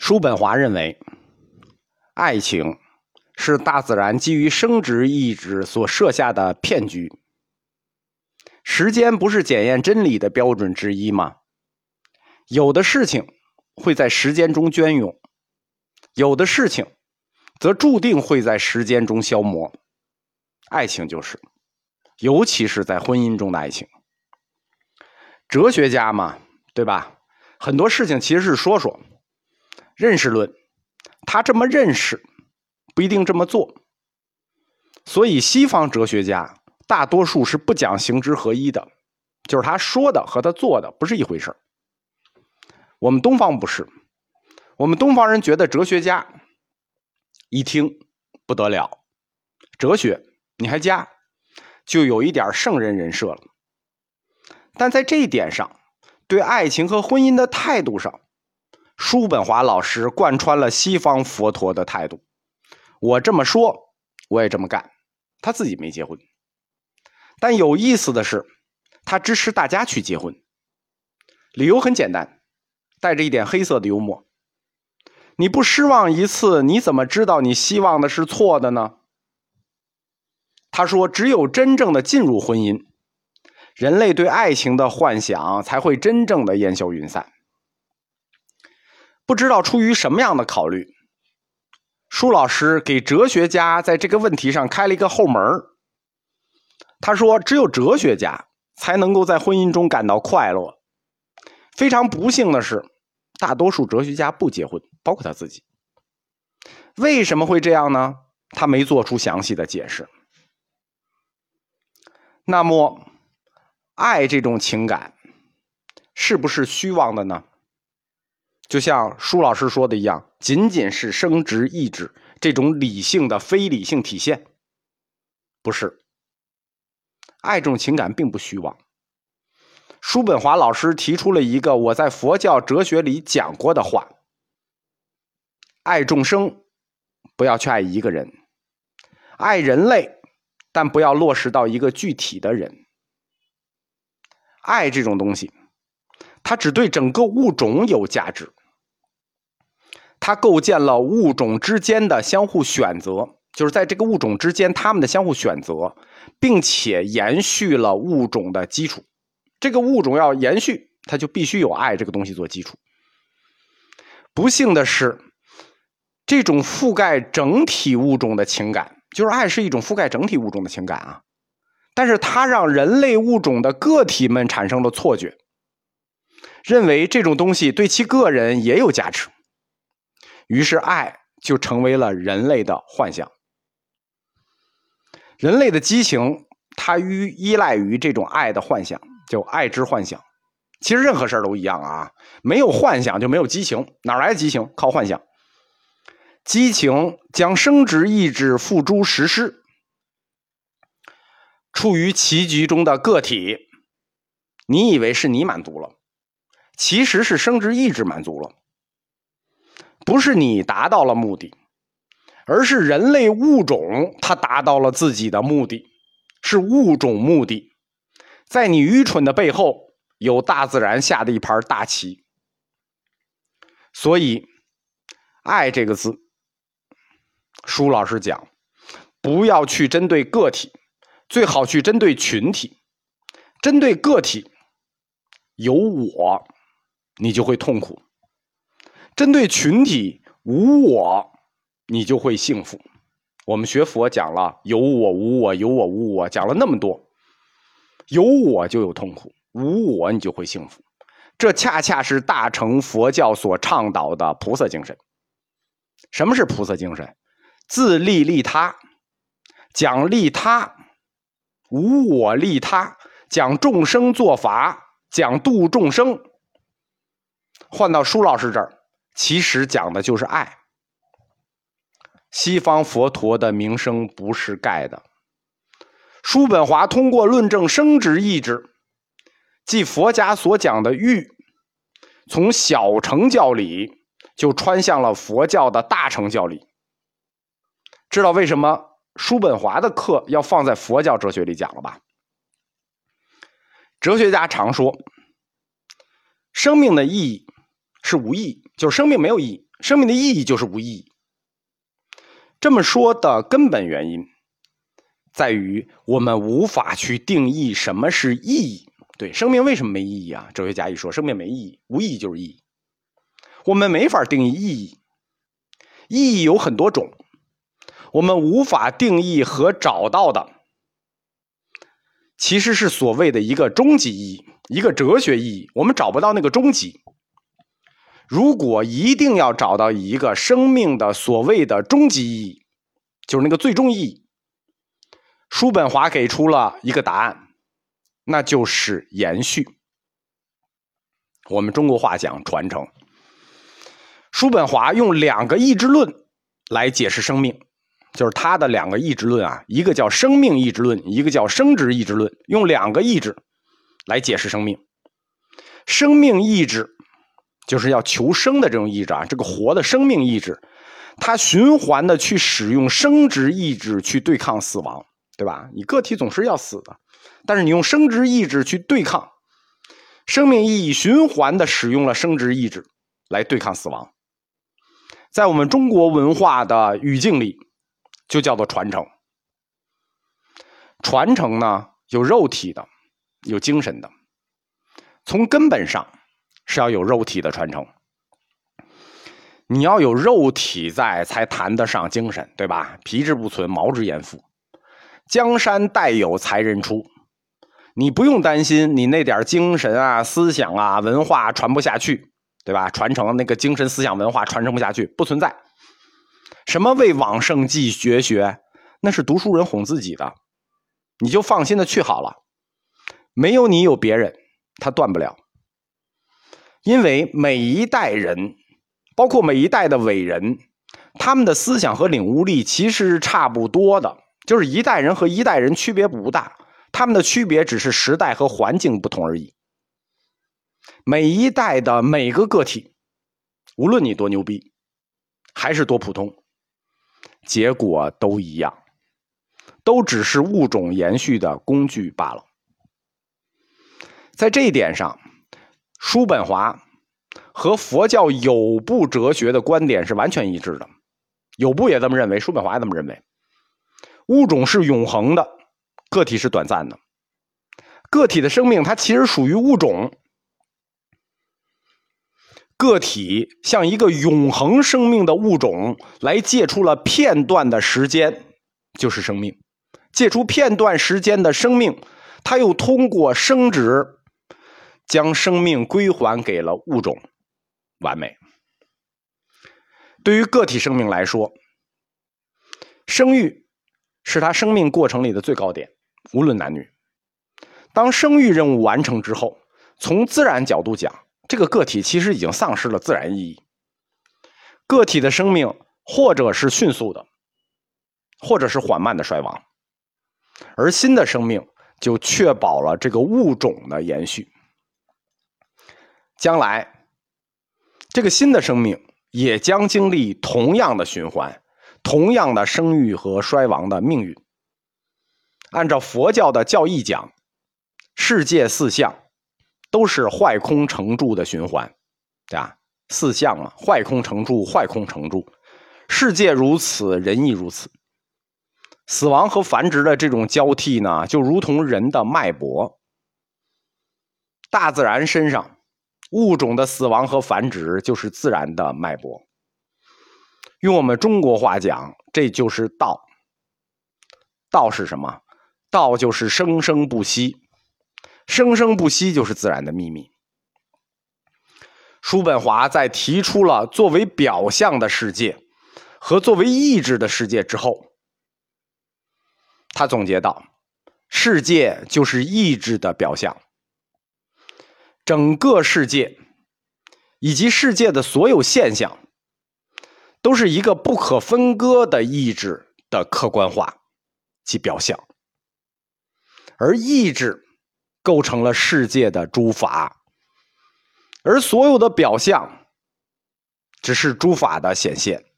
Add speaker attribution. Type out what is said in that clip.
Speaker 1: 叔本华认为，爱情是大自然基于生殖意志所设下的骗局。时间不是检验真理的标准之一吗？有的事情会在时间中隽永，有的事情则注定会在时间中消磨。爱情就是，尤其是在婚姻中的爱情。哲学家嘛，对吧？很多事情其实是说说认识论，他这么认识不一定这么做。所以西方哲学家大多数是不讲行知合一的，就是他说的和他做的不是一回事。我们东方不是，我们东方人觉得哲学家一听不得了，哲学你还加，就有一点圣人人设了。但在这一点上，对爱情和婚姻的态度上，叔本华老师贯穿了西方佛陀的态度。我这么说，我也这么干。他自己没结婚，但有意思的是，他支持大家去结婚。理由很简单，带着一点黑色的幽默。你不失望一次，你怎么知道你希望的是错的呢？他说，只有真正的进入婚姻，人类对爱情的幻想才会真正的烟消云散。不知道出于什么样的考虑，舒老师给哲学家在这个问题上开了一个后门。他说，只有哲学家才能够在婚姻中感到快乐。非常不幸的是，大多数哲学家不结婚，包括他自己。为什么会这样呢？他没做出详细的解释。那么，爱这种情感是不是虚妄的呢？就像舒老师说的一样，仅仅是生殖意志这种理性的非理性体现？不是，爱这种情感并不虚妄。叔本华老师提出了一个我在佛教哲学里讲过的话：爱众生，不要去爱一个人；爱人类，但不要落实到一个具体的人。爱这种东西，它只对整个物种有价值，它构建了物种之间的相互选择，就是在这个物种之间它们的相互选择，并且延续了物种的基础。这个物种要延续，它就必须有爱这个东西做基础。不幸的是，这种覆盖整体物种的情感，就是爱是一种覆盖整体物种的情感啊，但是它让人类物种的个体们产生了错觉，认为这种东西对其个人也有价值，于是爱就成为了人类的幻想。人类的激情，它依赖于这种爱的幻想，就爱之幻想。其实任何事儿都一样啊，没有幻想就没有激情，哪来的激情？靠幻想。激情将生殖意志付诸实施，处于棋局中的个体，你以为是你满足了，其实是生殖意志满足了。不是你达到了目的，而是人类物种它达到了自己的目的，是物种目的。在你愚蠢的背后，有大自然下的一盘大棋。所以爱这个字，舒老师讲，不要去针对个体，最好去针对群体。针对个体，有我，你就会痛苦；针对群体，无我，你就会幸福。我们学佛讲了有我无我，有我无我，讲了那么多，有我就有痛苦，无我你就会幸福。这恰恰是大乘佛教所倡导的菩萨精神。什么是菩萨精神？自利利他，讲利他，无我利他，讲众生做法，讲度众生。换到舒老师这儿，其实讲的就是爱。西方佛陀的名声不是盖的。叔本华通过论证生殖意志，即佛家所讲的欲，从小乘教理就穿向了佛教的大乘教理。知道为什么叔本华的课要放在佛教哲学里讲了吧？哲学家常说，生命的意义是无意义，就是生命没有意义， 生命的意义就是无意义。这么说的根本原因在于我们无法去定义什么是意义。对，生命为什么没意义啊？哲学家一说生命没意义，无意义就是意义。我们没法定义意义，意义有很多种，我们无法定义和找到的其实是所谓的一个终极意义，一个哲学意义，我们找不到那个终极。如果一定要找到一个生命的所谓的终极意义，就是那个最终意义，叔本华给出了一个答案，那就是延续。我们中国话讲传承。叔本华用2个意志论来解释生命，就是他的2个意志论啊，一个叫生命意志论，一个叫生殖意志论，用2个意志来解释生命。生命意志就是要求生的这种意志啊，这个活的生命意志，它循环的去使用生殖意志去对抗死亡，对吧？你个体总是要死的，但是你用生殖意志去对抗，生命意义循环的使用了生殖意志来对抗死亡。在我们中国文化的语境里，就叫做传承。传承呢，有肉体的，有精神的。从根本上是要有肉体的传承。你要有肉体在，才谈得上精神，对吧？皮之不存，毛之焉附。江山代有才人出。你不用担心你那点精神啊、思想啊、文化传不下去，对吧？传承那个精神思想文化传承不下去，不存在。什么为往圣继绝学，那是读书人哄自己的，你就放心的去好了。没有你有别人，他断不了。因为每一代人，包括每一代的伟人，他们的思想和领悟力其实是差不多的，就是一代人和一代人区别不大，他们的区别只是时代和环境不同而已。每一代的每个个体，无论你多牛逼还是多普通，结果都一样，都只是物种延续的工具罢了。在这一点上，叔本华和佛教有部哲学的观点是完全一致的。有部也这么认为，叔本华也这么认为。物种是永恒的，个体是短暂的。个体的生命它其实属于物种，个体像一个永恒生命的物种来借出了片段的时间，就是生命。借出片段时间的生命，它又通过生殖将生命归还给了物种，完美。对于个体生命来说，生育是他生命过程里的最高点，无论男女。当生育任务完成之后，从自然角度讲，这个个体其实已经丧失了自然意义。个体的生命或者是迅速的，或者是缓慢的衰亡，而新的生命就确保了这个物种的延续。将来这个新的生命也将经历同样的循环，同样的生育和衰亡的命运。按照佛教的教义讲，世界四象都是坏空成住的循环，对吧？四象嘛，坏空成住，坏空成住，世界如此，人亦如此。死亡和繁殖的这种交替呢，就如同人的脉搏。大自然身上物种的死亡和繁殖就是自然的脉搏。用我们中国话讲，这就是道。道是什么？道就是生生不息，生生不息就是自然的秘密。叔本华在提出了作为表象的世界和作为意志的世界之后，他总结到，世界就是意志的表象。整个世界以及世界的所有现象都是一个不可分割的意志的客观化及表象，而意志构成了世界的诸法，而所有的表象只是诸法的显现。